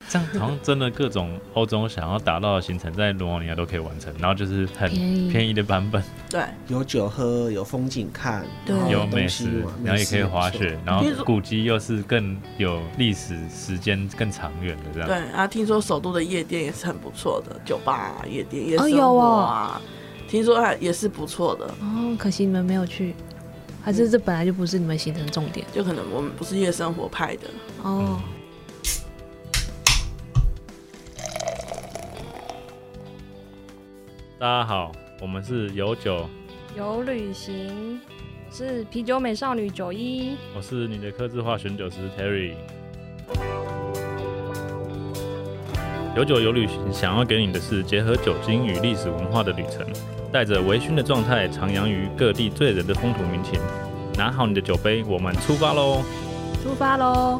这样好像真的各种欧洲想要达到的行程，在罗马尼亚都可以完成，然后就是很便宜的版本。 对， 有酒喝，有风景看， 有美食，然后也可以滑雪，然后古迹又是更有历史时间更长远的这样。 对啊，听说首都的夜店也是很不错的，酒吧啊、夜店、夜生有活啊，听说也是不错的。 哦，可惜你们没有去，还是这本来就不是你们行程重点？ 就可能我们不是夜生活派的。 哦。 大家好，我们是有酒有旅行，是啤酒美少女91， 我是你的客制化选酒师 Terry。有酒有旅行，想要给你的是结合酒精与历史文化的旅程，带着微醺的状态，徜徉于各地醉人的风土民情。拿好你的酒杯，我们出发喽！ 出发喽！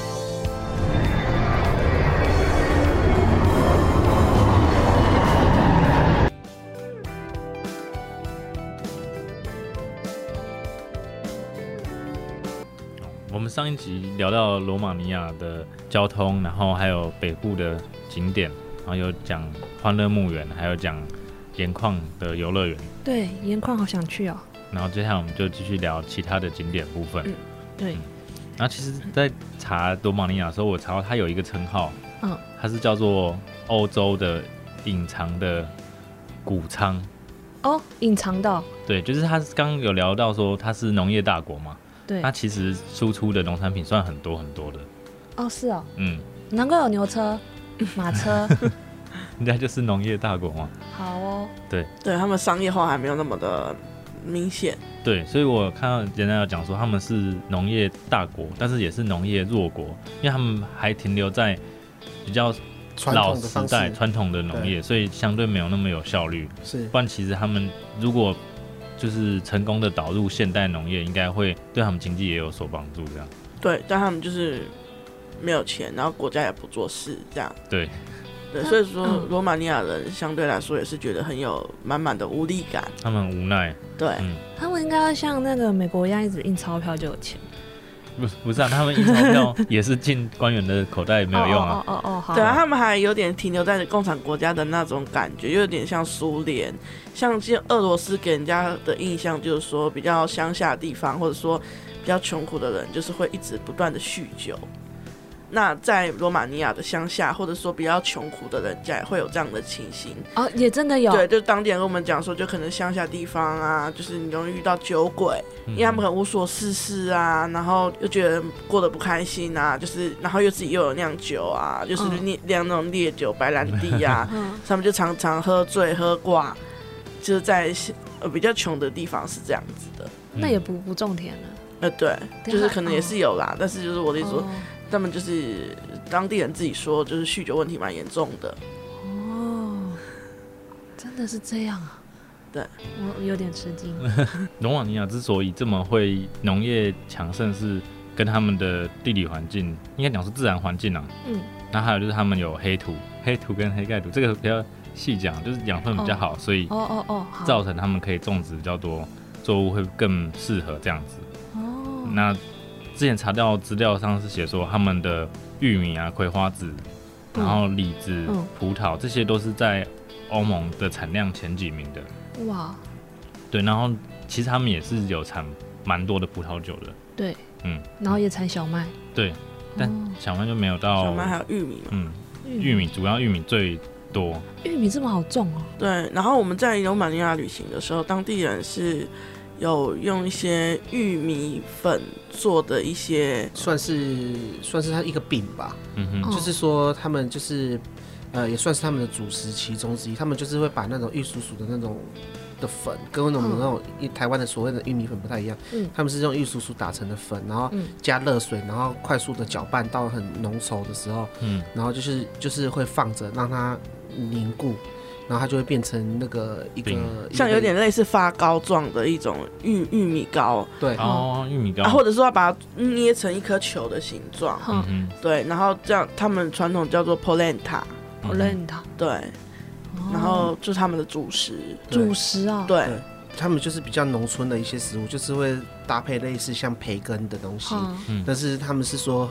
我们上一集聊到罗马尼亚的交通，然后还有北部的景点，然后有讲欢乐墓园，还有讲盐矿的游乐园。 对，盐矿好想去哦。 然后接下来我们就继续聊其他的景点部分。 对。 然后其实，在查罗马尼亚的时候，我查到它有一个称号，它是叫做欧洲的隐藏的谷仓。 哦，隐藏的。 对，就是它刚刚有聊到说它是农业大国嘛。 对， 它其实输出的农产品算很多很多的。 哦，是哦。难怪有牛车、马车。 应该就是农业大国嘛。 好哦。 对，他们商业化还没有那么的明显。 对，所以我看到人家有讲说他们是农业大国，但是也是农业弱国，因为他们还停留在比较老时代传统的农业，所以相对没有那么有效率。 是， 不然其实他们如果就是成功的导入现代农业，应该会对他们经济也有所帮助。这样。 对，但他们就是没有钱，然后国家也不做事，这样。 对。 对，所以说罗马尼亚人相对来说也是觉得很有满满的无力感， 他们很无奈。 对， 他们应该要像那个美国一样，一直印钞票就有钱。 不是啊，他们印钞票也是进官员的口袋，没有用啊。 好。 对啊，他们还有点停留在共产国家的那种感觉，有点像苏联，像俄罗斯给人家的印象就是说，比较乡下的地方，或者说比较穷苦的人，就是会一直不断的酗酒。那在罗马尼亚的乡下，或者说比较穷苦的人家，也会有这样的情形哦，也真的有。 对，就当地人跟我们讲说，就可能乡下地方啊，就是你容易遇到酒鬼，因为他们很无所事事啊，然后又觉得过得不开心啊，就是然后又自己又有酿酒啊，就是酿那种烈酒、白兰地啊，他们就常常喝醉喝挂，就是在比较穷的地方是这样子的。 那也不种田了。 对，就是可能也是有啦，但是就是我的意思说。他们就是当地人自己说，就是酗酒问题蛮严重的。 哦，真的是这样啊？ 对， 我有点吃惊。 罗马尼亚之所以这么会农业强盛，是跟他们的地理环境，应该讲是自然环境啊。然后还有就是他们有黑土跟黑盖土，这个比较细讲，就是养分比较好，所以造成他们可以种植比较多作物，会更适合这样子。那之前查到资料上是写说，他们的玉米啊、葵花籽，然后李子、葡萄，这些都是在欧盟的产量前几名的。 哇！ 对，然后其实他们也是有产蛮多的葡萄酒的。 对，然后也产小麦。 对，但小麦就没有到。 小麦还有玉米嘛？ 玉米主要玉米最多。 玉米这么好种哦？ 对，然后我们在罗马尼亚旅行的时候，当地人是。有用一些玉米粉做的一些， 算是它一个饼吧。就是说他们就是也算是他们的主食其中之一。他们就是会把那种玉蜀黍的那种的粉，跟我们那种台湾的所谓的玉米粉不太一样。他们是用玉蜀黍打成的粉，然后加热水，然后快速的搅拌到很浓稠的时候，然后就是会放着让它凝固。然后它就会变成那个一个像有点类似发糕状的一种玉米糕， 对玉米糕， 或者说要把它捏成一颗球的形状，对，然后这样他们传统叫做 polenta， 对，然后就是他们的主食啊， 对， 他们就是比较农村的一些食物，就是会搭配类似像培根的东西，但是他们是说会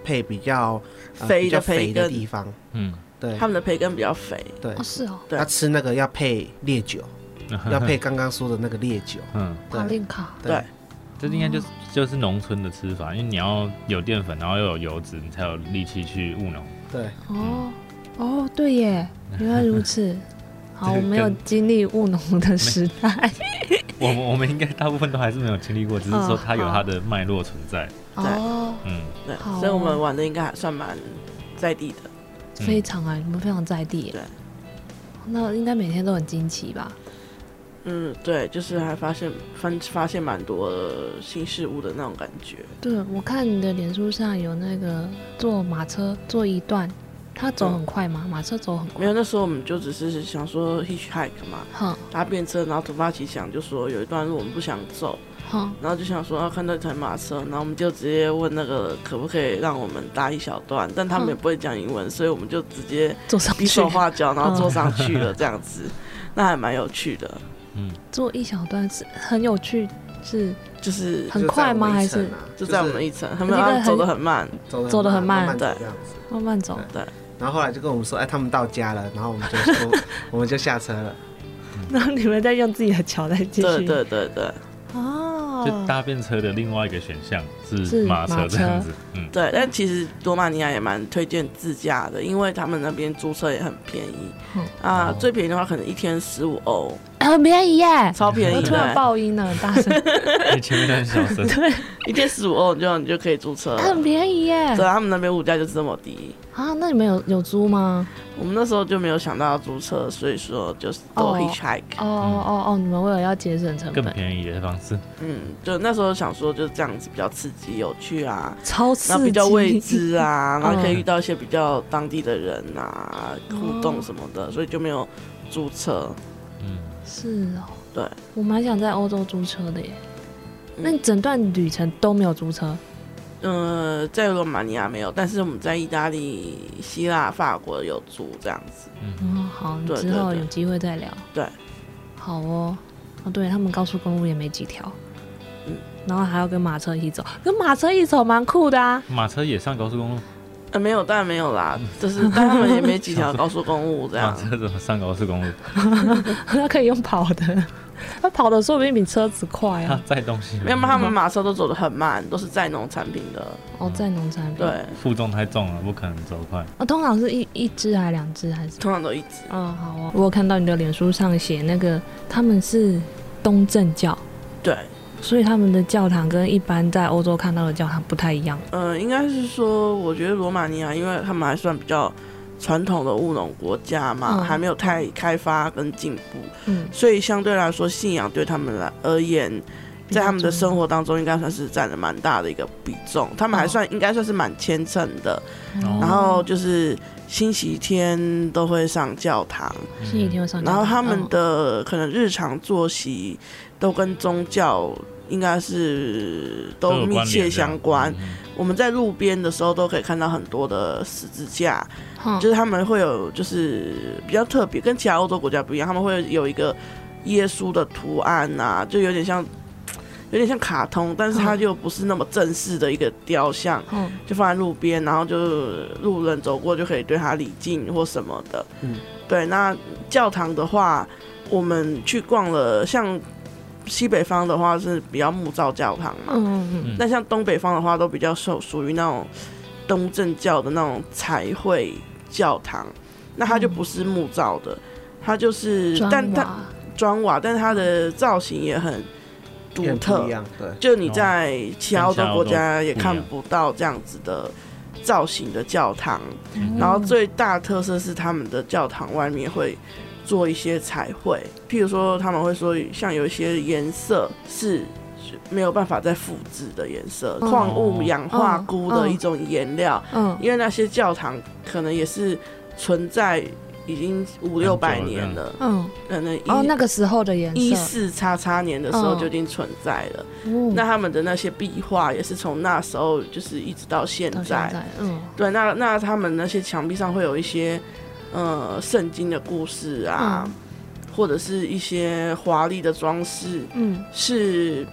配比较肥的培根的地方。对， 他们的培根比较肥。 对， 是哦。 他吃那个要配烈酒，要配刚刚说的那个烈酒。 帕令卡。 对， 这应该就是农村的吃法，因为你要有淀粉，然后又有油脂，你才有力气去务农。 对， 对耶，原来如此。好，我没有经历务农的时代。 我们应该大部分都还是没有经历过，只是说它有它的脉络存在。 对，对，所以我们玩的应该还算蛮在地的。 非常你们非常在地。 对， 那应该每天都很惊奇吧？ 对，就是还发现蛮多新事物的那种感觉。 对，我看你的脸书上有那个坐马车坐一段，它走很快吗？马车走很快？ 没有，那时候我们就只是想说 hitchhike 嘛，搭便车，然后突发奇想，就说有一段路我们不想走，然后就想说要看到一台马车，然后我们就直接问那个可不可以让我们搭一小段，但他们也不会讲英文，所以我们就直接坐上去， 比手画脚，然后坐上去了，这样子，那还蛮有趣的。 坐一小段是很有趣， 就是很快吗？还是就在我们一层？他们走得很慢， 走得很慢， 对， 慢慢走， 对。 然后后来就跟我们说，他们到家了，然后我们就下车了。 然后你们再用自己的脚再继续。 对。 就搭便车的另外一个选项是马车这样子。 对，但其实罗马尼亚也蛮推荐自驾的，因为他们那边租车也很便宜。最便宜的话可能一天15欧。 很便宜耶， 超便宜！ 我突然爆音了，很大声。 你前面都很小声。 对， 一天15欧你就可以租车了， 很便宜耶。 对，他们那边物价就是这么低啊。那你们有租吗？ 我们那时候就没有想到要租车，所以说就是都 hitchhike。 你们为了要节省成本， 更便宜的方式。 就那时候想说就是这样子比较刺激有趣啊， 超刺激， 然后比较未知啊，然后可以遇到一些比较当地的人啊，互动什么的，所以就没有租车。 是对， 我蛮想在欧洲租车的耶。那你整段旅程都没有租车？ 在罗马尼亚没有，但是我们在意大利、希腊、法国有租这样子。 好，之后有机会再聊。 对， 好哦。对，他们高速公路也没几条。然后还要跟马车一起走，跟马车一起走蛮酷的啊。 马车也上高速公路？ 没有，当然没有啦，就是但他们也没几条高速公路这样。 马车怎么上高速公路？ 他可以用跑的，他跑的说不定比车子快啊。 他载东西没有，他们马车都走得很慢，都是载农产品的。 载农产品。 对， 负重太重了，不可能走快。 通常是一只还是2只还是？ 通常都1只。 好哦。我有看到你的脸书上写那个他们是东正教。 对。 所以他们的教堂跟一般在欧洲看到的教堂不太一样。 应该是说，我觉得罗马尼亚，因为他们还算比较传统的务农国家嘛，还没有太开发跟进步，所以相对来说，信仰对他们而言，在他们的生活当中，应该算是占了蛮大的一个比重。他们还算应该算是蛮虔诚的，然后就是星期天都会上教堂，然后他们的可能日常作息都跟宗教应该是都密切相关。我们在路边的时候都可以看到很多的十字架，就是他们会有就是比较特别，跟其他欧洲国家不一样，他们会有一个耶稣的图案啊，就有点像卡通，但是它就不是那么正式的一个雕像，就放在路边，然后就路人走过就可以对它礼敬或什么的。对，那教堂的话，我们去逛了，像西北方的话是比较木造教堂嘛，那像东北方的话都比较属于那种东正教的那种彩绘教堂，那它就不是木造的，它就是砖瓦，但是它的造型也很独特，就你在其他欧洲国家也看不到这样子的造型的教堂，然后最大特色是他们的教堂外面会做一些彩绘，譬如说他们会说像有一些颜色是没有办法再复制的颜色，矿物氧化钴的一种颜料，因为那些教堂可能也是存在已经500-600年了，可能那个时候的颜色 14XX年的时候就已经存在了，那他们的那些壁画也是从那时候就是一直到现在，对，那他们那些墙壁上会有一些圣经的故事啊，或者是一些华丽的装饰，是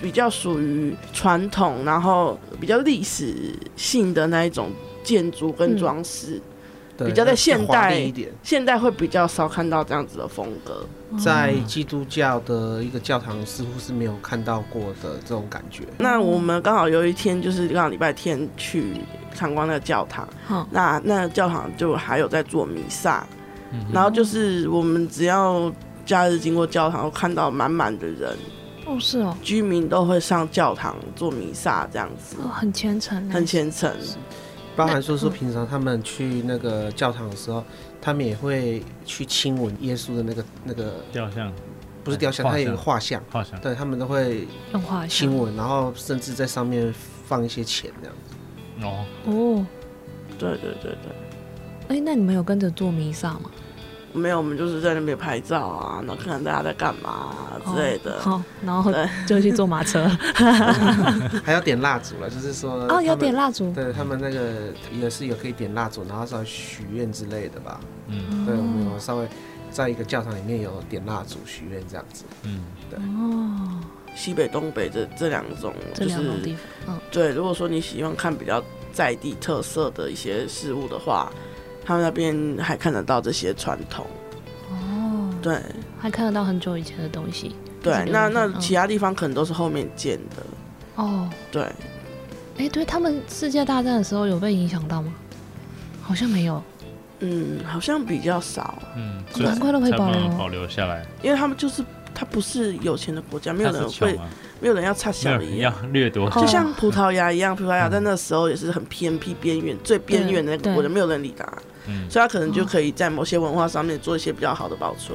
比较属于传统，然后比较历史性的那一种建筑跟装饰。比较在现代会比较少看到这样子的风格， 在基督教的一个教堂似乎是没有看到过的这种感觉。 那我们刚好有一天就是刚好礼拜天去参观那个教堂，那个教堂就还有在做弥撒，然后就是我们只要假日经过教堂，看到满满的人。 哦，是哦， 居民都会上教堂做弥撒这样子， 很虔诚， 很虔诚。 包含说平常他们去那个教堂的时候，他们也会去亲吻耶稣的那个雕像， 不是雕像，他有个画像，对他们都会用画亲吻，然后甚至在上面放一些钱这样子。 哦， 对。 那你们有跟着做弥撒吗？ 没有，我们就是在那边拍照啊，然后看大家在干嘛之类的。 好，然后就去坐马车， 还要点蜡烛了，就是说有点蜡烛。 对他们那个也是有可以点蜡烛，然后稍微许愿之类的吧。对，我们有稍微在一个教堂里面有点蜡烛许愿这样子。对。 西北、东北这两种， 这两种地方。 对，如果说你喜欢看比较在地特色的一些事物的话。他们那边还看得到这些传统对， 还看得到很久以前的东西。 对，那其他地方可能都是后面建的。对。 对，他们世界大战的时候有被影响到吗？好像没有。 好像比较少。 难怪都可以保留下来， 因为他们就是它不是有钱的国家，没有人要插小一样， 要掠夺， 就像葡萄牙一样，葡萄牙在那时候也是很偏僻边缘，最边缘的那个国家，没有人理他。所以他可能就可以在某些文化上面做一些比较好的保存。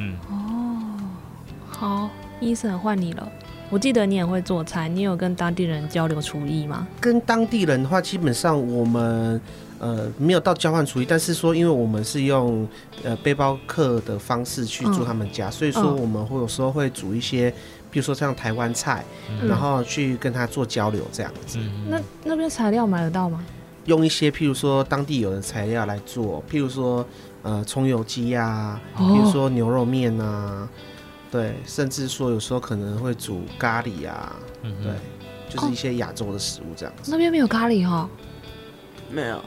好，医生换你了。我记得你也会做菜，你有跟当地人交流厨艺吗？ 跟当地人的话，基本上我们没有到交换厨艺，但是说因为我们是用背包客的方式去住他们家，所以说我们会有时候会煮一些，比如说像台湾菜，然后去跟他做交流这样子。 那边材料买得到吗？ 用一些譬如说当地有的材料来做，譬如说葱油鸡啊，譬如说牛肉面啊，对，甚至说有时候可能会煮咖喱啊，对，就是一些亚洲的食物这样子。 那边没有咖喱哈？ 没有。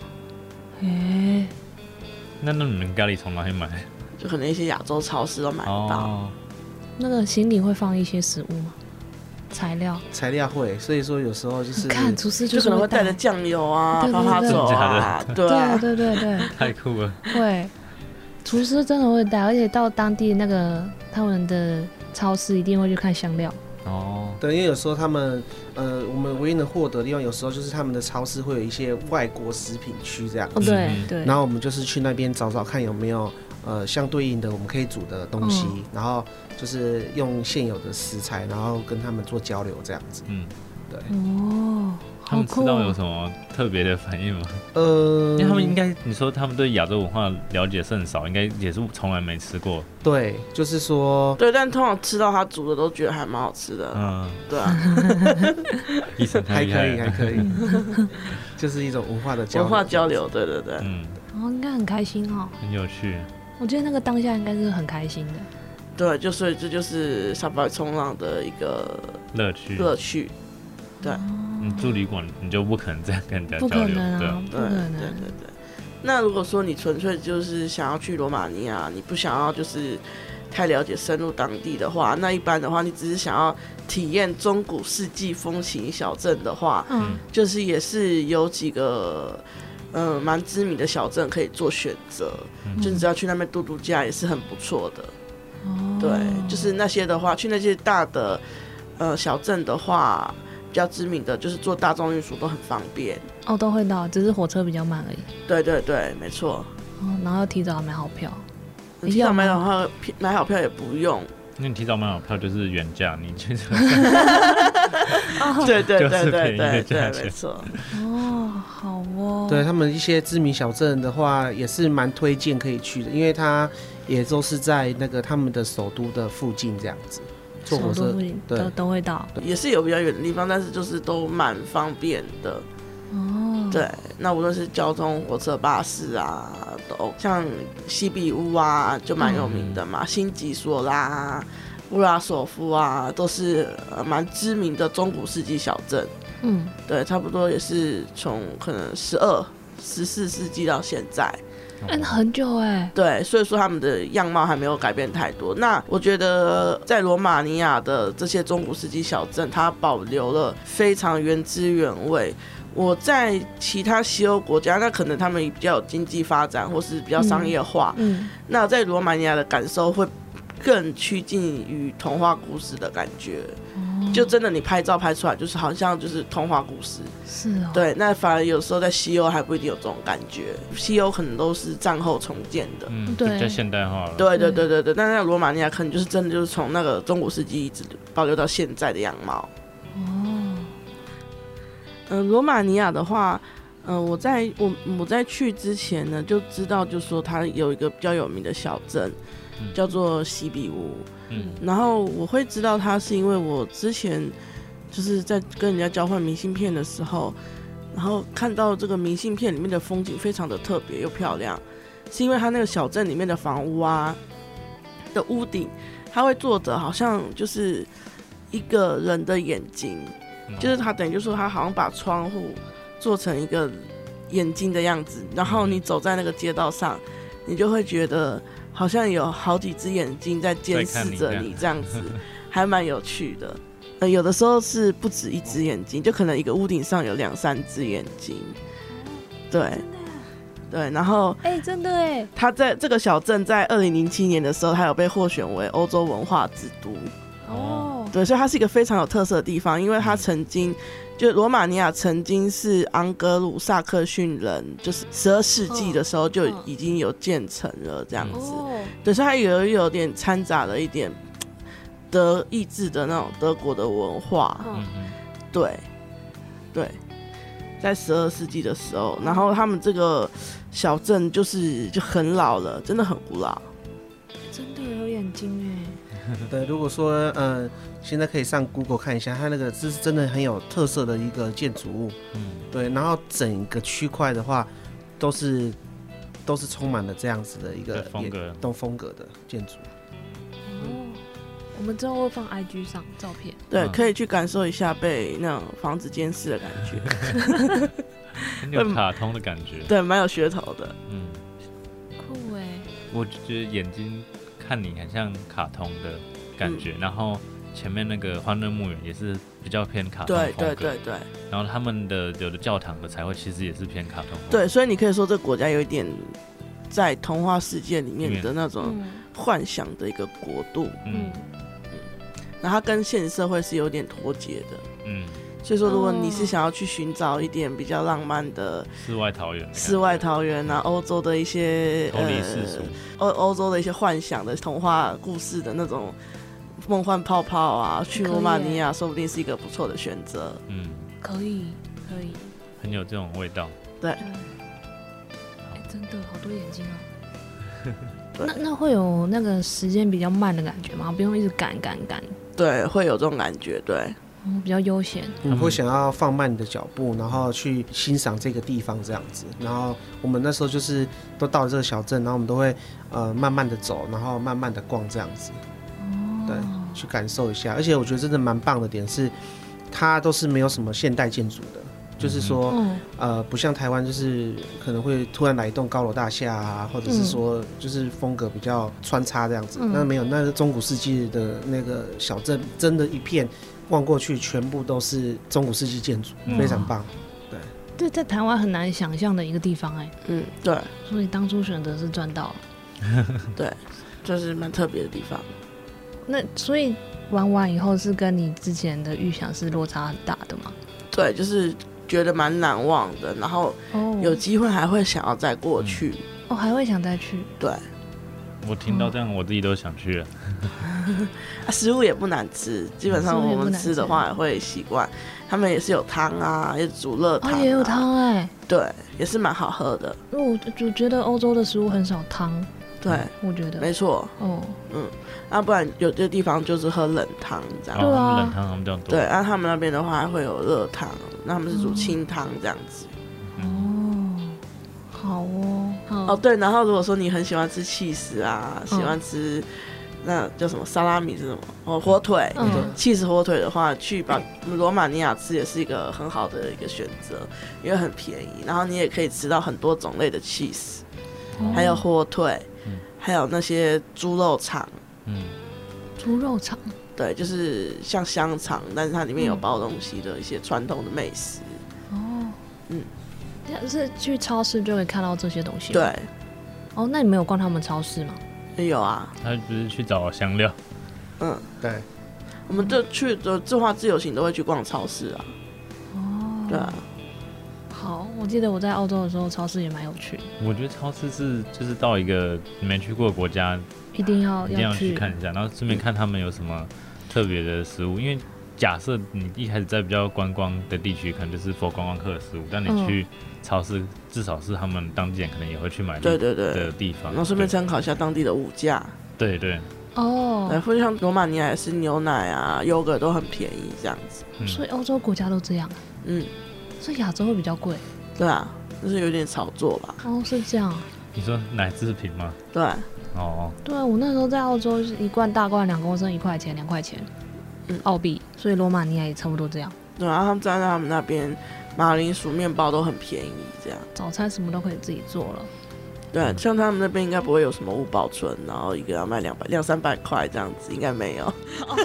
那你们咖喱从哪里买？ 就可能一些亚洲超市都买得到。 那个行李会放一些食物吗？材料会，所以说有时候就是看厨师就可能会带着酱油啊、趴趴走啊，对， 太酷了。 会，厨师真的会带，而且到当地那个他们的超市一定会去看香料。 对，因为有时候他们我们唯一能获得的地方，有时候就是他们的超市会有一些外国食品区这样子。 对。 然后我们就是去那边找找看有没有相对应的我们可以煮的东西，然后就是用现有的食材，然后跟他们做交流这样子。对。 他们吃到有什么特别的反应吗？因为他们应该你说他们对亚洲文化了解甚少，应该也是从来没吃过。 对，就是说， 对，但通常吃到他煮的都觉得还蛮好吃的。对啊。 还可以，就是一种文化的交流，对。 应该很开心哦， 很有趣。 我觉得那个当下应该是很开心的。 对，所以这就是沙巴冲浪的一个乐趣。对。 你住旅馆，你就不可能这样跟人家交流， 不可能啊，不可能。 对。那如果说你纯粹就是想要去罗马尼亚，你不想要就是太了解深入当地的话，那一般的话，你只是想要体验中古世纪风情小镇的话，就是也是有几个蛮知名的小镇可以做选择，就你只要去那边度假也是很不错的。对，就是那些的话，去那些大的小镇的话。比较知名的就是坐大众运输都很方便都会到，只是火车比较慢而已。 对，没错。 然后要提早买好票， 你提早买好票也不用， 那你提早买好票就是原价，你去对，没错。 好哦。 对他们一些知名小镇的话，也是蛮推荐可以去的，因为它也都是在那个他们的首都的附近这样子。坐火车都会到， 也是有比较远的地方，但是就是都蛮方便的。对，那无论是交通、火车、巴士啊，都像西比乌啊，就蛮有名的嘛。新吉索拉， 乌拉索夫啊，都是蛮知名的中古世纪小镇。对，差不多也是从可能14世纪到现在。 很久哎。 对，所以说他们的样貌还没有改变太多。那我觉得在罗马尼亚的这些中古世纪小镇，它保留了非常原汁原味。我在其他西欧国家，那可能他们比较有经济发展或是比较商业化，那在罗马尼亚的感受会更趋近于童话故事的感觉。就真的你拍照拍出来就是好像就是童话故事。 是哦。 对，那反而有时候在西欧还不一定有这种感觉，西欧可能都是战后重建的， 对，比较现代化了。 对，但是在罗马尼亚可能就是真的就是从那个中古世纪一直保留到现在的样貌。罗马尼亚的话，我在去之前呢就知道，就说它有一个比较有名的小镇，叫做西比乌。然后我会知道它是因为我之前就是在跟人家交换明信片的时候，然后看到这个明信片里面的风景非常的特别又漂亮，是因为它那个小镇里面的房屋啊的屋顶，它会做的好像就是一个人的眼睛。就是他等于就是说他好像把窗户做成一个眼睛的样子，然后你走在那个街道上，你就会觉得好像有好几只眼睛在监视着你这样子，还蛮有趣的。有的时候是不止一只眼睛，就可能一个屋顶上有2-3只眼睛。对，然后真的哎， 他在这个小镇在2007年的时候，他有被获选为欧洲文化之都。对，所以它是一个非常有特色的地方，因为它曾经就罗马尼亚曾经是盎格鲁撒克逊人，就是12世纪的时候就已经有建成了这样子。对，所以它有点掺杂了一点德意志的那种德国的文化。对，在12世纪的时候，然后他们这个小镇就很老了，真的很古老。 真的有眼睛哎。 对，如果说现在可以上 Google 看一下，它那个是真的很有特色的一个建筑物。对，然后整个区块的话，都是充满了这样子的一个风格的建筑。 我们之后会放 IG 上照片。 对，可以去感受一下被那种房子监视的感觉。 很有卡通的感觉。 对，蛮有噱头的。 酷哎。 我觉得眼睛看你很像卡通的感觉，然后前面那个欢乐墓园也是比较偏卡通风格。对。然后他们的有的教堂的彩绘其实也是偏卡通风格。 对，所以你可以说这个国家有一点在童话世界里面的那种幻想的一个国度。然后它跟现实社会是有点脱节的。所以说如果你是想要去寻找一点比较浪漫的世外桃源啊，欧洲的一些脱离世俗欧洲的一些幻想的童话故事的那种梦幻泡泡啊，去罗马尼亚说不定是一个不错的选择。 可以， 很有这种味道。 对。 真的好多眼睛哦。那会有那个时间比较慢的感觉吗？不用一直赶。 对，会有这种感觉。对。 比较悠闲， 你会想要放慢你的脚步，然后去欣赏这个地方这样子。然后我们那时候就是都到了这个小镇，然后我们都会慢慢的走，然后慢慢的逛这样子。对，去感受一下。而且我觉得真的蛮棒的点是，它都是没有什么现代建筑的，就是说不像台湾就是可能会突然来一栋高楼大厦啊，或者是说就是风格比较穿插这样子。那没有，那中古世纪的那个小镇真的一片。望过去全部都是中古世纪建筑，非常棒。 对，在台湾很难想象的一个地方对。 所以当初选择是赚到了。 对，这是蛮特别的地方。 那所以玩完以后是跟你之前的预想是落差很大的吗？ 对，就是觉得蛮难忘的，然后有机会还会想要再过去。 还会想再去。 对。 我听到这样，我自己都想去了。 食物也不难吃，基本上我们吃的话也会习惯。他们也是有汤啊，也煮热汤也有汤对，也是蛮好喝的。 我觉得欧洲的食物很少汤。 对， 我觉得没错。要不然有些地方就是喝冷汤这样。 对啊，冷汤他们比较多。 对，他们那边的话还会有热汤，那他们是煮清汤这样子。 好哦。 对，然后如果说你很喜欢吃起司啊，喜欢吃那叫什么沙拉米是什么？火腿，cheese 火腿的话，去罗马尼亚吃也是一个很好的一个选择，因为很便宜，然后你也可以吃到很多种类的 cheese，还有火腿，还有那些猪肉肠， 猪肉肠， 对，就是像香肠，但是它里面有包东西的一些传统的美食。 是去超市就可以看到这些东西。 对。 哦，那你们有逛他们超市吗？ 有啊， 他不是去找香料。 对， 我们去的自化自由行都会去逛超市啊。对啊。 好，我记得我在澳洲的时候，超市也蛮有趣的。 我觉得超市就是到一个你没去过的国家， 一定要去看一下，然后顺便看他们有什么特别的食物。因为假设你一开始在比较观光的地区，可能就是for观光客的食物，但你去超市，至少是他们当地人可能也会去买的地方， 然后顺便参考一下当地的物价。 对。 对，或者像罗马尼亚也是牛奶啊、优格都很便宜这样子。 所以欧洲国家都这样。所以亚洲会比较贵。 对啊，就是有点炒作吧。 是这样。 你说奶制品吗？ 对。 对，我那时候在澳洲，一罐大罐2公升1块钱2块钱，澳币，所以罗马尼亚也差不多这样。 对啊，他们在他们那边马铃薯面包都很便宜，这样早餐什么都可以自己做了。 对，像他们那边应该不会有什么物保存，然后一个要卖200-300块这样子，应该没有。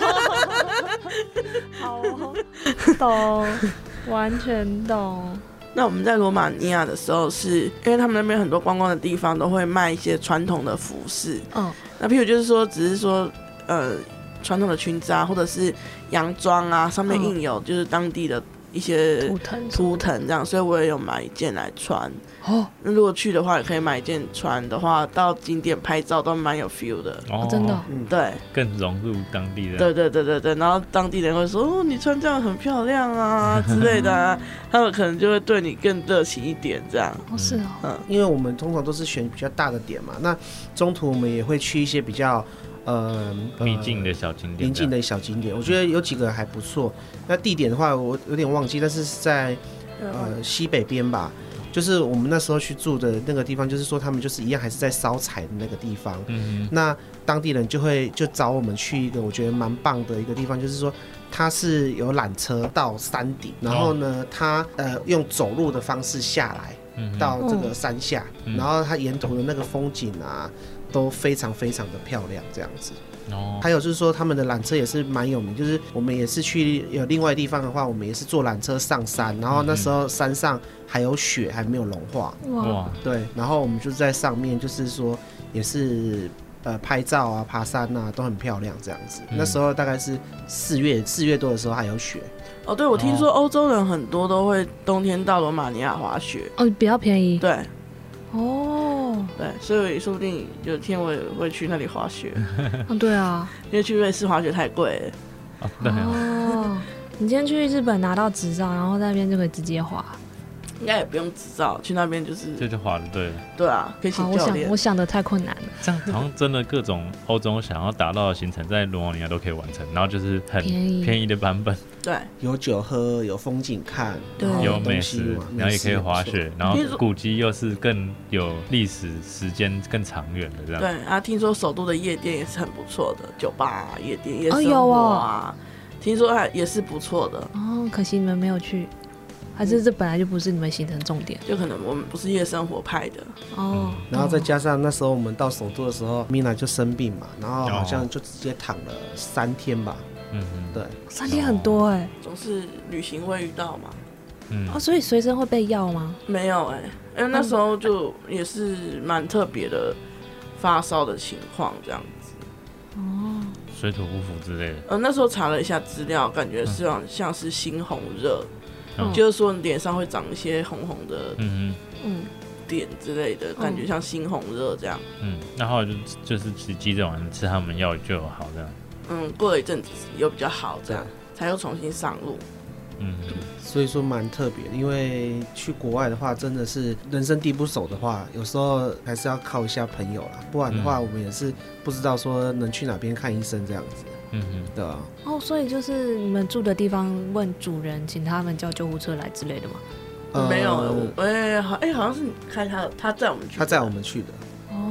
好，懂，完全懂。 那我们在罗马尼亚的时候，是因为他们那边很多观光的地方都会卖一些传统的服饰。那譬如就是说，只是说传统的裙子啊，或者是洋装啊，上面印有就是当地的一些图腾这样，所以我也有买一件来穿。那如果去的话，也可以买一件穿的话，到景点拍照都蛮有 feel 的。 真的。 对， 更融入当地的。 对，然后当地人会说你穿这样很漂亮啊之类的啊，他们可能就会对你更热情一点这样。 是因为我们通常都是选比较大的点嘛，那中途我们也会去一些比较秘境的小景点， 邻近的小景点，我觉得有几个还不错。那地点的话，我有点忘记，但是在西北边吧。就是我们那时候去住的那个地方，就是说他们就是一样还是在烧柴的那个地方。那当地人就找我们去一个我觉得蛮棒的一个地方，就是说它是有缆车到山顶，然后呢，它用走路的方式下来到这个山下，然后它沿途的那个风景啊，都非常非常的漂亮，这样子。还有就是说他们的缆车也是蛮有名，就是我们也是去有另外地方的话，我们也是坐缆车上山，然后那时候山上还有雪，还没有融化。对，然后我们就在上面，就是说也是拍照啊、爬山啊都很漂亮这样子。那时候大概是4月多的时候还有雪。 对，我听说欧洲人很多都会冬天到罗马尼亚滑雪。 比较便宜。 对。对，所以说不定有一天我也会去那里滑雪。 对啊， 因为去瑞士滑雪太贵了。你今天去日本拿到执照，然后在那边就可以直接滑。 应该也不用执照，去那边就滑就对了。 对啊，可以请教练。 我想的太困难了。 这样好像真的各种欧洲想要达到的行程，在罗马尼亚都可以完成，然后就是很便宜的版本。 对， 有酒喝，有风景看， 有美食，然后也可以滑雪，然后古迹又是更有历史时间更长远的这样。 对啊，听说首都的夜店也是很不错的，酒吧啊、夜店、夜生活啊，听说也是不错的。 可惜你们没有去。还是这本来就不是你们行程重点， 就可能我们不是夜生活派的然后再加上那时候我们到首都的时候，Mina 就生病嘛，然后好像就直接躺了3天吧。对 ，3天很多总是旅行会遇到嘛。 所以随身会备药吗？ 没有因为那时候就也是蛮特别的发烧的情况这样子。 水土不服之类的。 那时候查了一下资料，感觉是像是猩红热。就是说你脸上会长一些红红的点之类的，感觉像猩红热这样。 然后就是急诊完吃他们药就有好这样。 过了一阵子又比较好这样，才又重新上路。 所以说蛮特别的，因为去国外的话，真的是人生地不熟的话，有时候还是要靠一下朋友啦，不然的话，我们也是不知道说能去哪边看医生这样子。对啊。 所以就是你们住的地方问主人，请他们叫救护车来之类的吗？ 没有，好像是你开他载我们去的。 他载我们去的。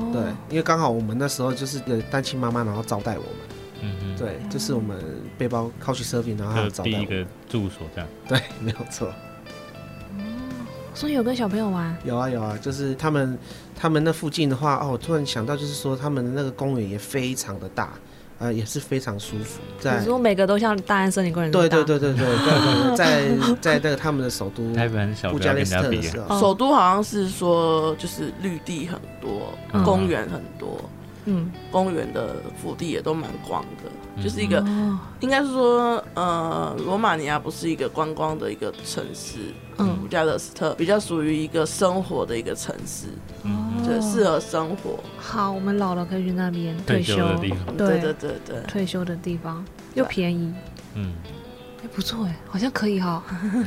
对，因为刚好我们那时候就是个单亲妈妈，然后招待我们。对，就是我们背包Couchsurfing，然后招待我们第一个住所这样。 对，没有错。 所以有跟小朋友玩？ 有啊，就是他们那附近的话，我突然想到，就是说他们的那个公园也非常的大，也是非常舒服。 你说每个都像大安森林公园？ 对，在那个他们的首都台北很小， 布加勒斯特的时候， 首都好像是说就是绿地很多，公园很多。公园的腹地也都蛮广的，就是一个，应该是说，罗马尼亚不是一个观光的一个城市，布加勒斯特比较属于一个生活的一个城市，对，适合生活。 好，我们老了可以去那边退休的地方， 对， 退休的地方又便宜，不错好像可以哈，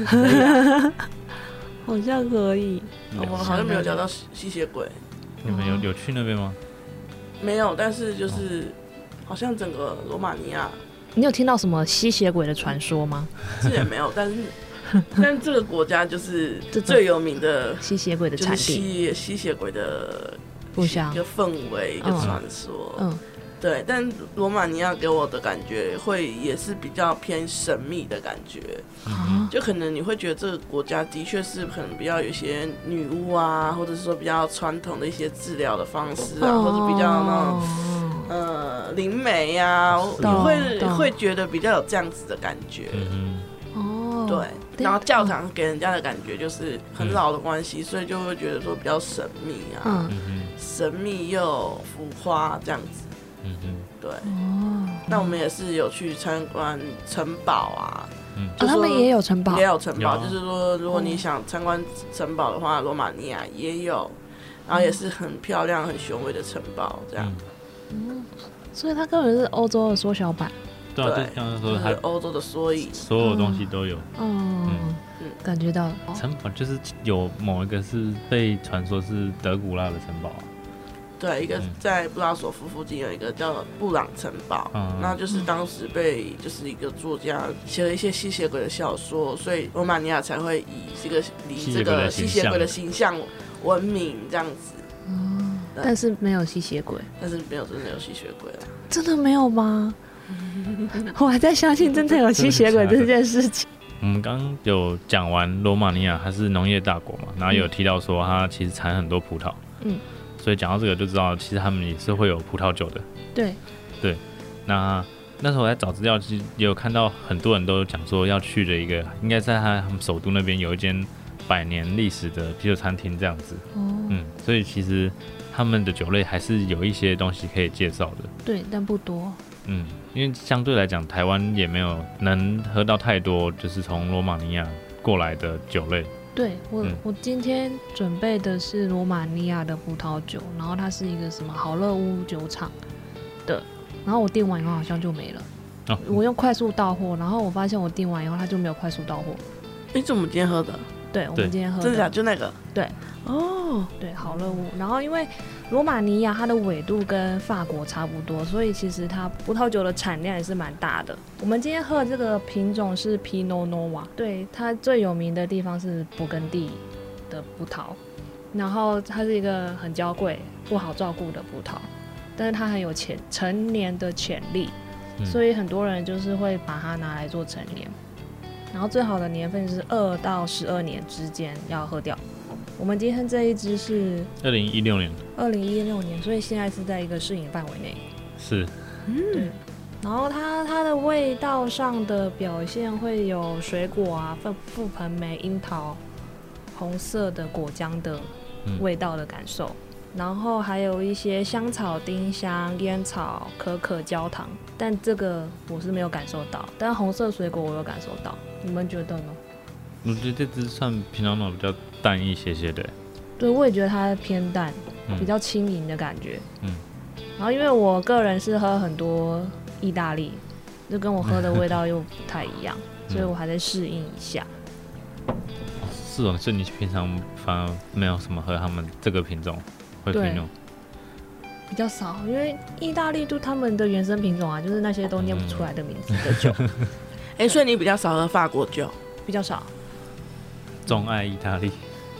好像可以。 我们好像没有讲到吸血鬼， 你们有去那边吗？ 没有，但是就是好像整个罗马尼亚， 你有听到什么吸血鬼的传说吗？ 这也没有，但这个国家就是最有名的吸血鬼的产地， 吸血鬼的故乡， 一个氛围，一个传说。对，但罗马尼亚给我的感觉也是比较偏神秘的感觉，就可能你会觉得这个国家的确是可能比较有一些女巫啊，或者是说比较传统的一些治疗的方式啊，或者比较那种灵媒啊，你会觉得比较有这样子的感觉。对，然后教堂给人家的感觉就是很老的关系，所以就会觉得说比较神秘啊，神秘又浮夸这样子。对，那我们也是有去参观城堡啊， 他们也有城堡， 就是说如果你想参观城堡的话，罗马尼亚也有，然后也是很漂亮、很雄伟的城堡这样。 所以它根本是欧洲的缩小版。 对，就刚刚说它欧洲的缩影， 所有东西都有。 感觉到城堡就是有某一个是被传说是德古拉的城堡。 对，一个在布拉索夫附近有一个叫布朗城堡，那就是当时被就是一个作家写了一些吸血鬼的小说，所以罗马尼亚才会以这个吸血鬼的形象闻名这样子。 但是没有吸血鬼， 但是没有真的有吸血鬼啊？ 真的没有吗？我还在相信真的有吸血鬼这件事情。 我们刚刚有讲完罗马尼亚它是农业大国嘛，然后有提到说它其实产很多葡萄，所以讲到这个就知道，其实他们也是会有葡萄酒的。对，那时候我在找资料，其实也有看到很多人都讲说要去的一个，应该在他们首都那边有一间100年历史的啤酒餐厅这样子。所以其实他们的酒类还是有一些东西可以介绍的。 对，但不多。 因为相对来讲，台湾也没有能喝到太多，就是从罗马尼亚过来的酒类。 对，我今天准备的是罗马尼亚的葡萄酒，然后它是一个什么好乐屋酒厂的，然后我订完以后好像就没了。我用快速到货，然后我发现我订完以后它就没有快速到货。 这我们今天喝的？ 对，我们今天喝的。 真的假的？就那个？ 对。对，好乐屋。然后因为罗马尼亚它的纬度跟法国差不多，所以其实它葡萄酒的产量也是蛮大的。我们今天喝的这个品种是 Pinot Noir， 对，它最有名的地方是勃艮第的葡萄，然后它是一个很娇贵、不好照顾的葡萄，但是它很有成年的潜力，所以很多人就是会把它拿来做陈年。然后最好的年份是2到12年之间要喝掉。我们今天这一支是 2016 年，所以现在是在一个适饮范围内。 是， 对。然后它的味道上的表现会有水果啊，覆盆莓、樱桃、红色的果浆的味道的感受，然后还有一些香草、丁香、烟草、可可、焦糖，但这个我是没有感受到，但红色水果我有感受到，你们觉得呢？ 我觉得这支算平常比较淡一些些的。 对，我也觉得它偏淡，比较轻盈的感觉。然后因为我个人是喝很多意大利，就跟我喝的味道又不太一样，所以我还在适应一下。 是哦，所以你平常反而没有什么喝他们这个品种会品种比较少，因为意大利就他们的原生品种啊，就是那些都念不出来的名字的酒。 所以你比较少喝法国酒？ 比较少。 钟爱意大利。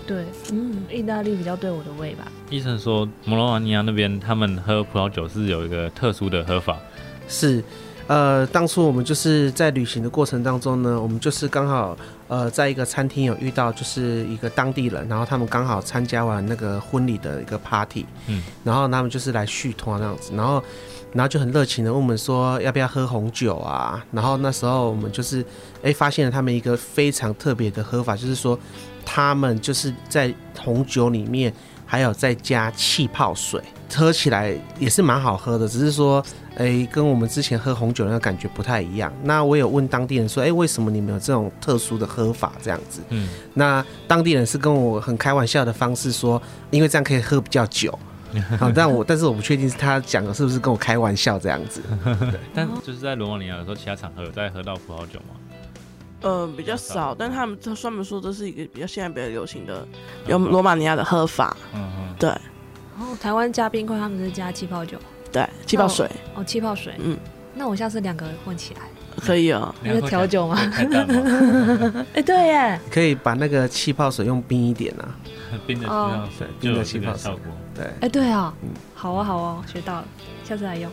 对，意大利比较对我的胃吧。 医生说摩罗瓦尼亚那边他们喝葡萄酒是有一个特殊的喝法。 是，当初我们就是在旅行的过程当中呢，我们就是刚好在一个餐厅有遇到就是一个当地人，然后他们刚好参加完那个婚礼的一个 party，然后他们就是来续托那样子，然后就很热情的问我们说要不要喝红酒啊，然后那时候我们就是发现了他们一个非常特别的喝法，就是说他们就是在红酒里面还有再加气泡水，喝起来也是蛮好喝的，只是说跟我们之前喝红酒那个感觉不太一样。那我有问当地人说为什么你们有这种特殊的喝法这样子，那当地人是跟我很开玩笑的方式说因为这样可以喝比较久但是我不确定是他讲的是不是跟我开玩笑这样子但就是在罗马尼亚的时候，其他场合有在喝到葡萄酒吗？ 比较少，但他们说这是一个现在比较流行的有罗马尼亚的喝法。对。 然后台湾加冰块，他们是加气泡酒， 对，气泡水。 气泡水。那我下次2个混起来。 可以哦。 那个调酒吗？对耶。 可以把那个气泡水用冰一点啊。 冰的气泡水，冰的气泡水。 对。 对啊。好啊，学到了，下次来用。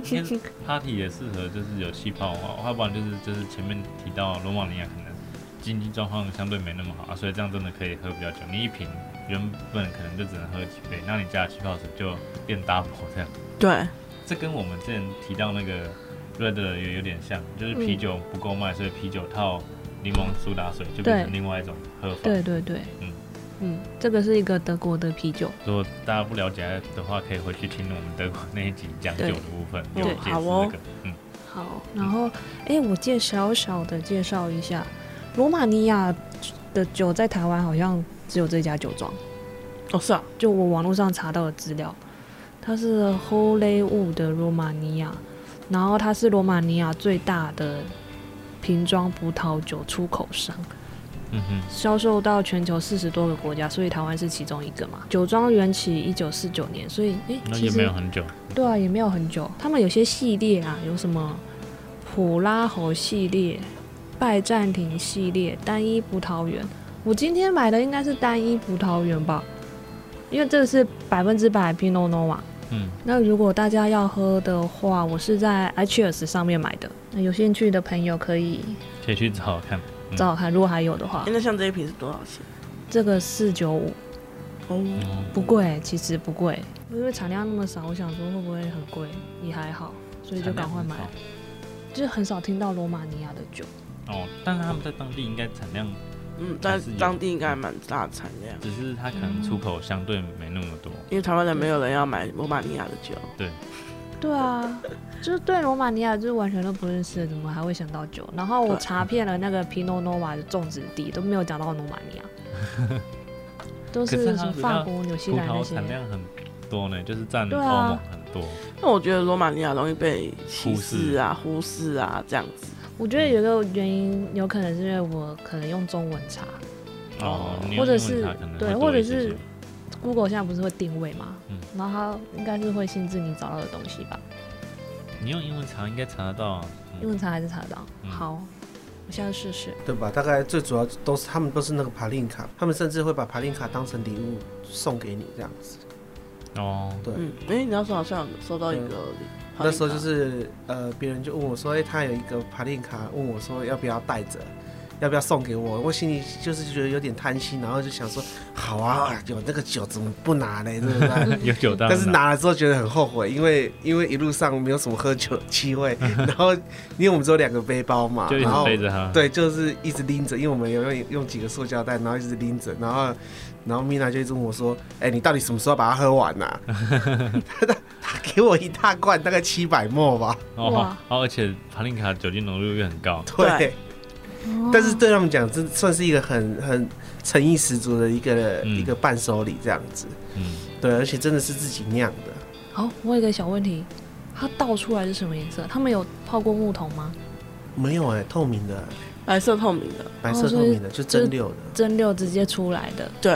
party 也适合就是有气泡啊，要不然就是前面提到罗马尼亚可能经济状况相对没那么好所以这样真的可以喝比较久。你一瓶原本可能就只能喝几杯，那你加气泡水就变 double 这样。 对， 这跟我们之前提到那个 Red 也有点像，就是啤酒不够卖，所以啤酒套柠檬苏打水就变成另外一种喝法。 对，这个是一个德国的啤酒。 如果大家不了解的话，可以回去听我们德国那一集讲酒的部分，有解释这个。 好，然后我小小的介绍一下，罗马尼亚的酒在台湾好像只有这家酒庄。 是啊， 就我网络上查到的资料，它是 Holywood 的罗马尼亚，然后它是罗马尼亚最大的瓶装葡萄酒出口商。销售到全球40多个国家，所以台湾是其中一个嘛。酒庄缘起1949年，所以那也没有很久。 对啊，也没有很久。他们有些系列啊，有什么普拉侯系列、拜占庭系列、单一葡萄园。我今天买的应该是单一葡萄园吧，因为这个是100% Pinot Noir。那如果大家要喝的话，我是在 iCheers 上面买的。那有兴趣的朋友可以去找看。 如果还有的话。 那像这一瓶是多少钱？ 这个495。不贵，其实不贵，因为产量那么少，我想说会不会很贵，也还好，所以就赶快买。就是很少听到罗马尼亚的酒。 但是他们在当地应该产量， 但当地应该蛮大的产量， 只是它可能出口相对没那么多， 因为台湾人没有人要买罗马尼亚的酒。 对啊，就是对罗马尼亚就是完全都不认识的，怎么还会想到酒？然后我查遍了那个 Pinot Noir 的种植地，都没有讲到罗马尼亚，都是什么法国、纽西兰那些。 葡萄产量很多呢，就是占欧盟很多。 那我觉得罗马尼亚容易被歧视啊、忽视啊这样子。 我觉得有一个原因，有可能是因为我可能用中文查，或者是对，或者是 Google 现在不是会定位嘛，然后它应该是会限制你找到的东西吧。 你用英文查应该查得到啊。 英文查还是查得到。好，我下次试试。 对吧？大概最主要他们都是那个帕令卡，他们甚至会把帕令卡当成礼物送给你这样子。 对。你那时候好像收到一个。 那时候就是别人就问我说他有一个帕令卡，问我说要不要带着，要不要送给我。我心里就是觉得有点贪心，然后就想说好啊，有那个酒怎么不拿嘞，对不对？ 有酒单， 但是拿了之后觉得很后悔，因为一路上没有什么喝酒的机会，然后因为我们只有2个背包嘛， 就一直背着它。对， 就是一直拎着，因为我们有用几个塑胶袋，然后一直拎着，然后米娜就一直问我说：“你到底什么时候把它喝完啊？”他给我一大罐，大概700ml吧。 而且帕令卡酒精浓度又很高。 对。但是对他们讲，这算是一个很诚意十足的一个伴手礼这样子。对，而且真的是自己酿的。 好，我有一个小问题，它倒出来是什么颜色？他们有泡过木桶吗？ 没有透明的。 白色透明的， 就蒸馏的， 蒸馏直接出来的。 对。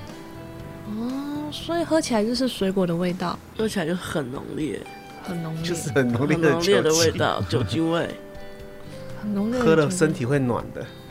所以喝起来就是水果的味道， 喝起来就很浓烈， 就是很浓烈的味道，酒精味， 很浓烈。 喝了身体会暖的。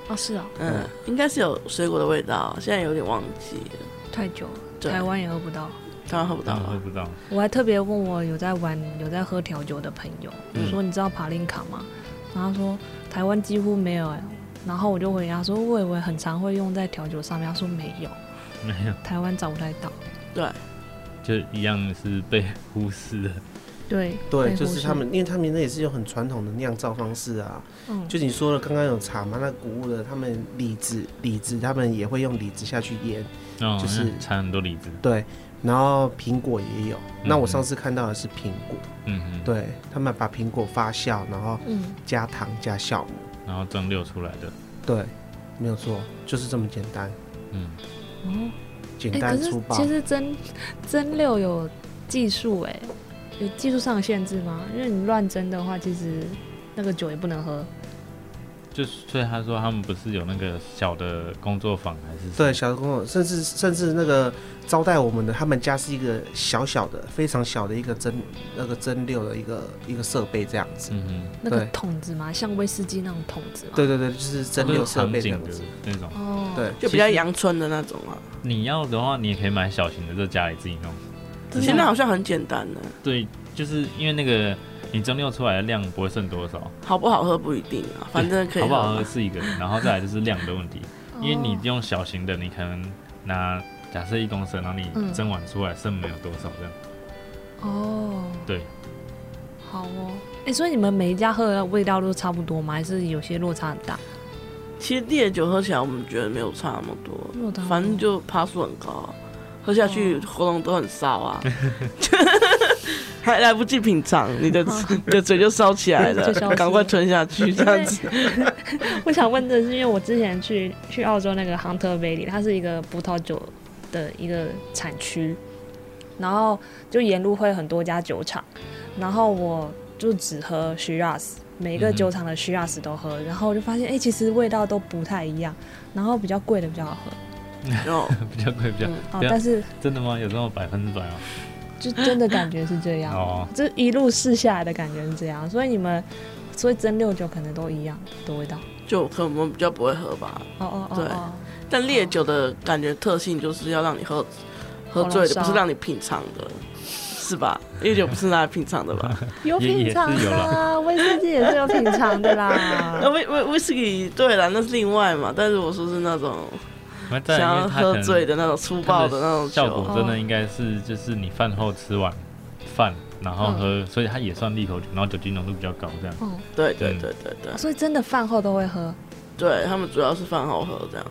哦，是哦， 应该是有水果的味道，现在有点忘记了， 太久了，台湾也喝不到。 台湾喝不到， 喝不到。 我还特别问我有在喝调酒的朋友，我说你知道帕林卡吗？然后他说台湾几乎没有然后我就回答说我以为很常会用在调酒上面，他说没有，台湾找不太到。 对， 就一样是被忽视的。 对， 就是他们，因为他们那也是有很传统的酿造方式啊。就你说了，刚刚有茶嘛，那谷物的他们李子，他们也会用李子下去腌，就是掺很多李子。 对。然后苹果也有，那我上次看到的是苹果，对，他们把苹果发酵，然后加糖加酵母， 然后蒸馏出来的， 对，没有错，就是这么简单，简单粗暴。 其实蒸馏有技术有技术上的限制吗？因为你乱蒸的话，其实那个酒也不能喝。 所以他说他们不是有那个小的工作坊还是？ 对，小的工作，甚至那个招待我们的，他们家是一个小小的、非常小的一个蒸馏的一个设备这样子。 那个桶子嘛，像威士忌那种桶子嘛。 对，就是蒸馏设备这样子那种。 对， 就比较阳春的那种啊。 你要的话，你也可以买小型的，在家里自己弄。 现在好像很简单的。 对，就是因为那个。你蒸馏出来的量不会剩多少， 好不好喝不一定啊，反正可以喝。 好不好喝是一个，然后再来就是量的问题，因为你用小型的，你可能拿假设1公升，然后你蒸完出来剩没有多少这样。对， 好哦。所以你们每一家喝的味道都差不多吗？还是有些落差很大？ 其实烈酒喝起来，我们觉得没有差那么多，反正就趴数很高，喝下去喉咙都很烧啊。还来不及品尝，你的嘴就烧起来了，赶快吞下去这样子。 我想问的是，因为我之前去澳洲那个 Hunter Valley， 它是一个葡萄酒的一个产区，然后就沿路会很多家酒厂，然后我就只喝 Shiraz， 每个酒厂的 Shiraz 都喝，然后我就发现其实味道都不太一样，然后比较贵的比较好喝。 比较贵比较但是真的吗？有这么100%吗？ 就真的感觉是这样，就一路试下来的感觉是这样，所以蒸馏酒可能都一样的味道， 就可能我们比较不会喝吧。对。但烈酒的感觉特性就是要让你喝醉的，不是让你品尝的，是吧？烈酒不是拿来品尝的吧？ 有品尝啊，威士忌也是有品尝的啦。 威士忌对啦，那是另外嘛。但是我说是那种。想要喝醉的那种粗暴的那种效果，真的应该是就是你饭后吃完饭，然后喝，所以它也算利口酒，然后酒精浓度比较高，这样。 对。 所以真的饭后都会喝。 对，他们主要是饭后喝这样。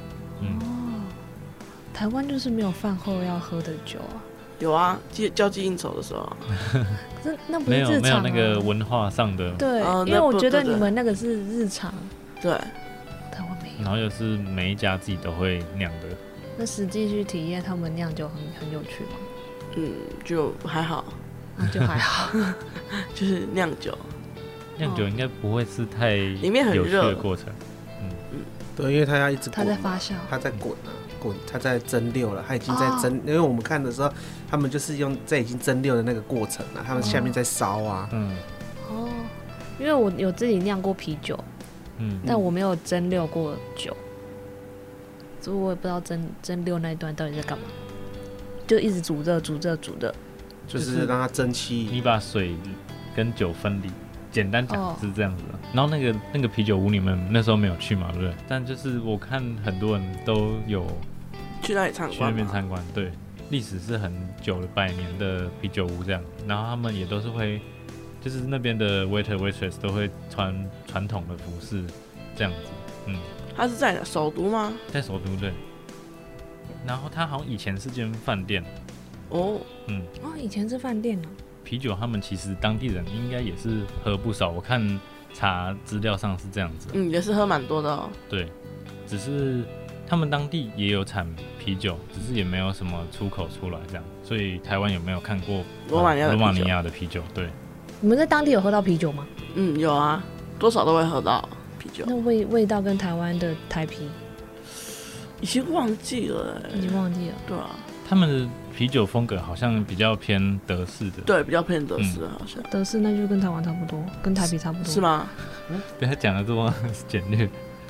台湾就是没有饭后要喝的酒啊。 有啊，交际应酬的时候。 可是那不是日常， 没有那个文化上的。 对，因为我觉得你们那个是日常。 对。 然后又是每一家自己都会酿的， 那实际去体验他们酿酒很有趣吗？ 就还好， 就还好， 就是酿酒应该不会是太里面很热的过程。 对，因为它要一直滚， 它在发酵， 它在滚，它在蒸馏了，它已经在蒸。因为我们看的时候，他们就是用在已经蒸馏的那个过程了，他们下面在烧啊。 因为我有自己酿过啤酒。但我没有蒸馏过酒，所以我也不知道蒸馏那一段到底在干嘛，就一直煮热， 就是让它蒸汽。 你把水跟酒分离，简单讲是这样子的。然后那个啤酒屋你们那时候没有去嘛，对不对？但就是我看很多人都有去那里参观，去那边参观，对，历史是很久的100年的啤酒屋这样，然后他们也都是会。就是那边的 waiter waitress 都会穿传统的服饰，这样子。 他是在首都吗？ 在首都对。然后他好像以前是间饭店。 以前是饭店呢。 啤酒他们其实当地人应该也是喝不少，我看查资料上是这样子。 也是喝蛮多的哦。 对，只是他们当地也有产啤酒，只是也没有什么出口出来这样。所以台湾有没有看过罗马尼亚的啤酒？对。 你们在当地有喝到啤酒吗？ 有啊，多少都会喝到啤酒。 那味道跟台湾的台啤已经忘记了。对啊， 他们的啤酒风格好像比较偏德式的。 对，比较偏德式的，好像。 德式那就跟台湾差不多，跟台啤差不多。 是吗？ 不要讲的这么简略。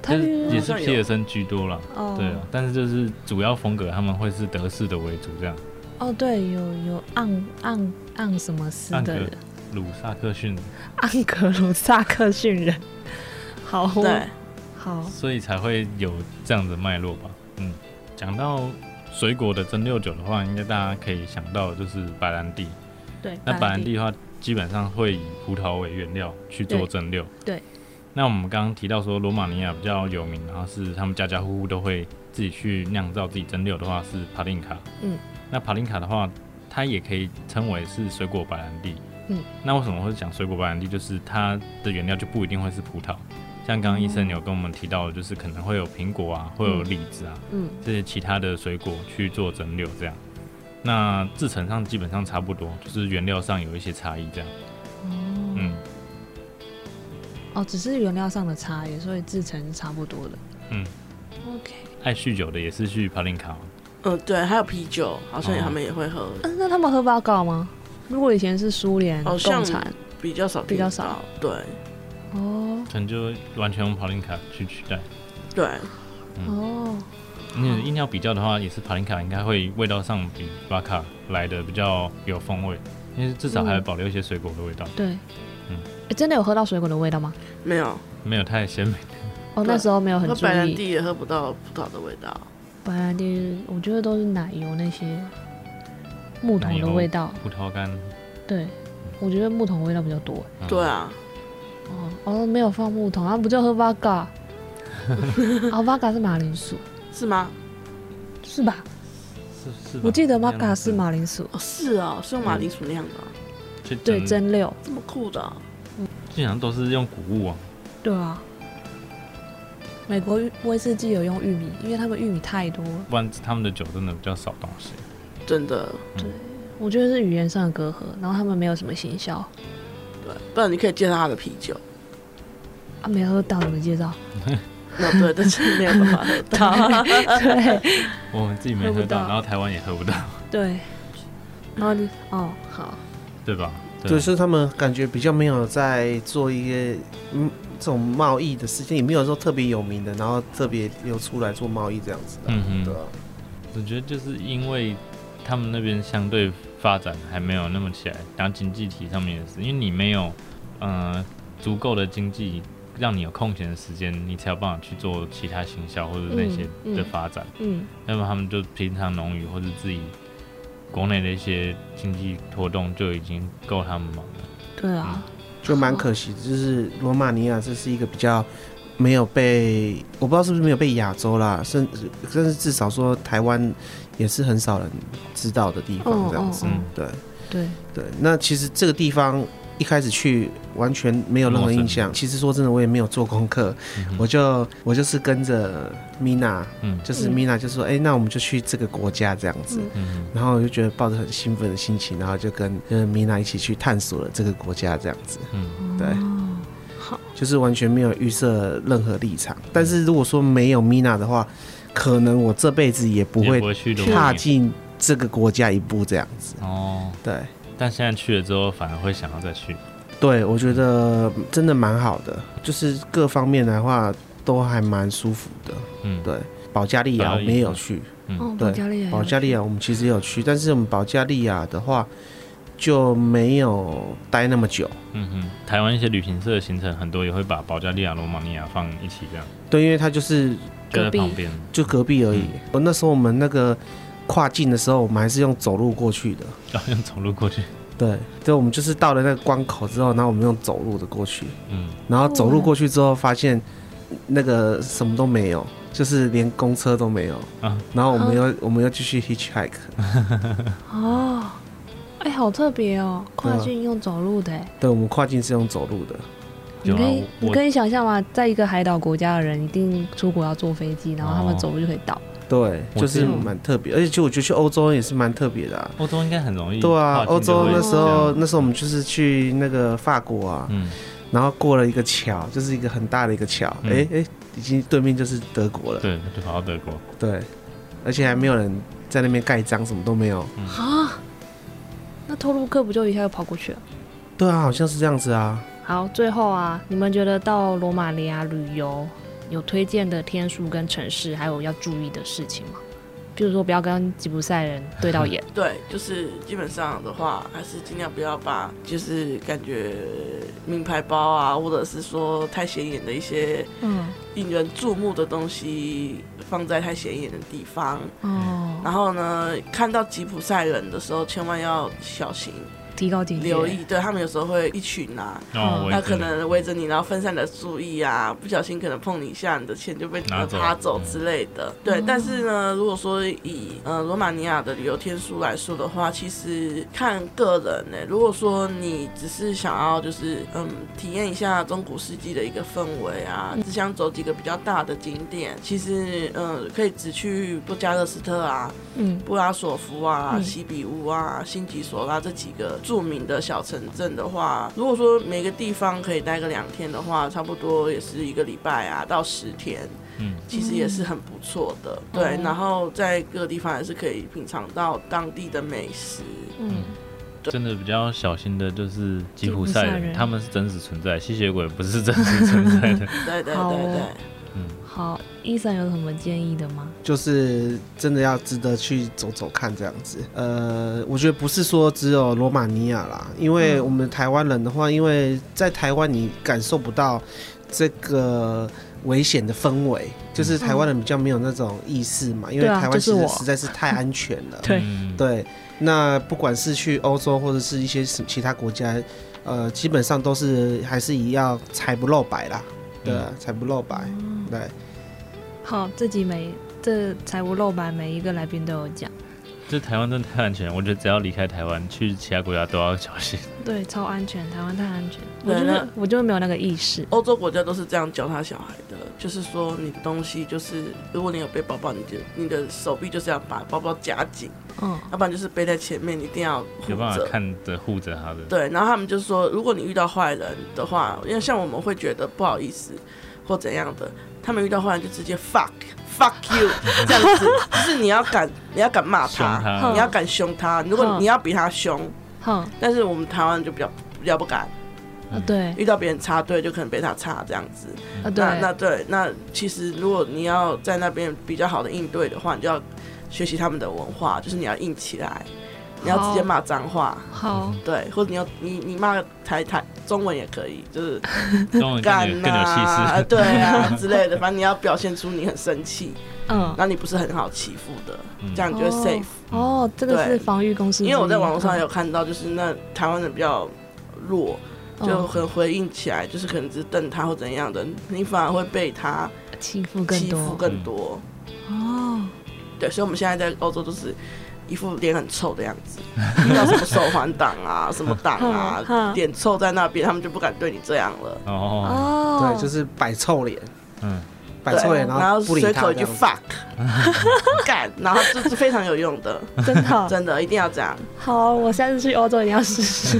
就是也是皮尔森居多啦，对啊，但是就是主要风格他们会是德式的为主这样。 哦，对，有盎什么斯的人， 鲁萨克逊人， 盎格鲁萨克逊人，好， 对， 好， 所以才会有这样的脉络吧。讲到水果的蒸馏酒的话，应该大家可以想到的就是白兰地。 对， 那白兰地的话，基本上会以葡萄为原料去做蒸馏。 对。 那我们刚刚提到说罗马尼亚比较有名，然后是他们家家户户都会自己去酿造自己蒸馏的话是帕林卡。那帕林卡的话，它也可以称为是水果白兰地。那为什么会讲水果白兰地？就是它的原料就不一定会是葡萄。像刚刚医生有跟我们提到的，就是可能会有苹果啊，会有李子啊，这些其他的水果去做蒸馏这样。那制成上基本上差不多，就是原料上有一些差异这样。 只是原料上的差异，所以制成是差不多的。OK。 爱酗酒的也是去帕林卡。 对，还有啤酒，好像他们也会喝。 那他们喝八告吗？如果以前是苏联共产， 比较少，对。 可能就完全用帕林卡去取代。 对。 你硬要比较的话，也是帕林卡应该会味道上比巴卡来的比较有风味，因为至少还有保留一些水果的味道。 对。真的有喝到水果的味道吗？ 没有， 没有太鲜美。 那时候没有很注意。 喝白兰地也喝不到葡萄的味道。 白兰地我觉得都是奶油那些木桶的味道， 葡萄干。 对，我觉得木桶味道比较多。 对啊。 没有放木桶，不就喝八嘎？八嘎是马铃薯， 是吗？ 是吧？ 是。 我记得八嘎是马铃薯。 是用马铃薯酿的。 对，蒸馏这么酷的。 基本上都是用谷物啊。 对啊。美国威士忌有用玉米，因为他们玉米太多了， 不然他们的酒真的比较少东西。 真的。 对，我觉得是语言上的隔阂，然后他们没有什么行销。 对，不然你可以介绍他的啤酒。 没喝到怎么介绍？ 对，但是没有办法喝到。 对， 我们自己没喝到，然后台湾也喝不到。 对，然后好， 对吧？ 对，是他们感觉比较没有在做一些这种贸易的事情，也没有说特别有名的，然后特别有出来做贸易这样子的。对啊。 我觉得就是因为他们那边相对发展还没有那么起来，然后经济体上面也是，因为你没有足够的经济让你有空闲的时间，你才有办法去做其他行销或者那些的发展。要么他们就平常农渔或者自己国内的一些经济活动就已经够他们忙了。 对啊， 就蛮可惜的，就是罗马尼亚这是一个比较没有被，我不知道是不是没有被亚洲啦，甚至至少说台湾也是很少人知道的地方这样子。对，那其实这个地方一开始去完全没有任何印象。其实说真的，我也没有做功课，我就是跟着 Mina，就是 Mina 就说，那我们就去这个国家这样子。然后我就觉得抱着很兴奋的心情，然后就跟 Mina 一起去探索了这个国家这样子。对，就是完全没有预设任何立场。但是如果说没有 Mina 的话，可能我这辈子也不会踏进这个国家一步这样子。对。 但现在去了之后，反而会想要再去。 对，我觉得真的蛮好的，就是各方面的话都还蛮舒服的。对，保加利亚我没有去。对，保加利亚我们其实也有去，但是我们保加利亚的话就没有待那么久。 台湾一些旅行社的行程很多也会把保加利亚、罗马尼亚放一起这样。 对，因为它就是隔壁， 就隔壁而已。那时候我们那个跨境的时候，我们还是用走路过去的。 用走路过去。 对，我们就是到了那个关口之后，然后我们用走路的过去。然后走路过去之后，发现那个什么都没有，就是连公车都没有。然后我们又继续 hitchhike。 好特别哦，跨境用走路的。 对，我们跨境是用走路的。 你可以想象吗？在一个海岛国家的人，一定出国要坐飞机，然后他们走路就可以到。 对，就是蛮特别，而且我觉得去欧洲也是蛮特别的啊。 欧洲应该很容易。 对啊，欧洲那时候我们就是去那个法国啊，然后过了一个桥，就是一个很大的一个桥，已经对面就是德国了。 对，就跑到德国。 对，而且还没有人在那边盖章，什么都没有。 那偷渡客不就一下就跑过去了？ 对啊，好像是这样子啊。 好，最后啊，你们觉得到罗马尼亚旅游有推荐的天数跟城市，还有要注意的事情吗？比如说不要跟吉普赛人对到眼。 对，就是基本上的话，还是尽量不要把就是感觉名牌包啊，或者是说太显眼的一些引人注目的东西放在太显眼的地方。然后呢，看到吉普赛人的时候，千万要小心。 提高警觉， 留意，对他们有时候会一群那可能围着你，然后分散你的注意啊，不小心可能碰你一下，你的钱就被拿走之类的。对，但是呢，如果说以罗马尼亚的旅游天数来说的话，其实看个人呢。如果说你只是想要就是体验一下中古世纪的一个氛围啊，只想走几个比较大的景点，其实可以只去布加勒斯特啊、布拉索夫啊、西比乌啊、辛吉索拉这几个著名的小城镇的话，如果说每个地方可以待个2天的话，差不多也是1个礼拜啊到10天，其实也是很不错的。对，然后在各个地方也是可以品尝到当地的美食。 真的比较小心的就是吉普赛人，他们是真实存在，吸血鬼不是真实存在的。 对对对对。 好，医生有什么建议的吗？ 就是真的要值得去走走看这样子。我觉得不是说只有罗马尼亚啦，因为我们台湾人的话，因为在台湾你感受不到这个危险的氛围，就是台湾人比较没有那种意识嘛，因为台湾其实实在是太安全了。对，那不管是去欧洲或者是一些其他国家，基本上都是还是一样财不露白啦。对，财不露白。对， 好，这财不露白，每一个来宾都有讲。 这台湾真的太安全了，我觉得只要离开台湾，去其他国家都要小心。 对，超安全，台湾太安全。我就没有那个意识。 欧洲国家都是这样教他小孩的，就是说你的东西就是，如果你有背包包，你的手臂就是要把包包夹紧，要不然就是背在前面，你一定要护着， 有办法看着护着他的。 对，然后他们就说，如果你遇到坏人的话，因为像我们会觉得不好意思或怎样的，他们遇到坏人就直接 fuck you 这样子，就是你要敢骂他，你要敢凶他，如果你要比他凶，但是我们台湾人就比较不敢。 对， 遇到别人插队就可能被他插这样子。那其实如果你要在那边比较好的应对的话，你就要学习他们的文化，就是你要硬起来，你要直接骂脏话。 好， 对，或者你骂台中文也可以，就是中文更有气势， 对啊之类的，反正你要表现出你很生气，然后你不是很好欺负的，这样你就会 safe。 这个是防御公式。 因为我在网络上有看到，就是那台湾人比较弱。就很回应起来，就是可能只是瞪他或怎样的，你反而会被他欺负更多。 对，所以我们现在在欧洲都是一副脸很臭的样子，遇到什么手环党啊、什么党啊，脸臭在那边，他们就不敢对你这样了。 对，就是摆臭脸。摆臭脸，然后随口一句 fuck 干，然后这是非常有用的，真的一定要这样。 好，我下次去欧洲一定要试试。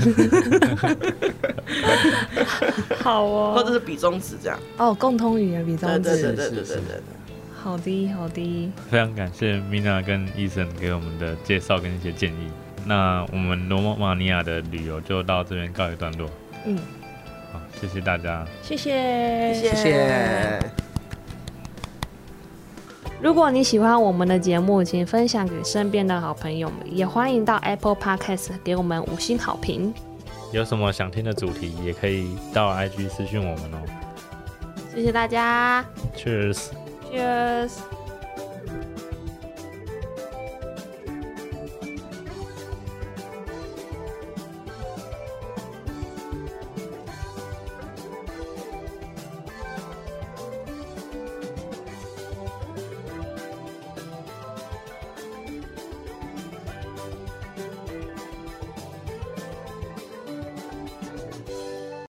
好哦， 或者是比中指这样。 共通语言比中指。 对。 好的。非常感谢 Mina 跟医生给我们的介绍跟一些建议。那我们罗马尼亚的旅游就到这边告一段落。好，谢谢大家。 谢谢。如果你喜欢我们的节目，请分享给身边的好朋友们，也欢迎到 Apple Podcast 给我们5星好评。 有什么想听的主题，也可以到 IG 私讯我们哦。 谢谢大家。 Cheers。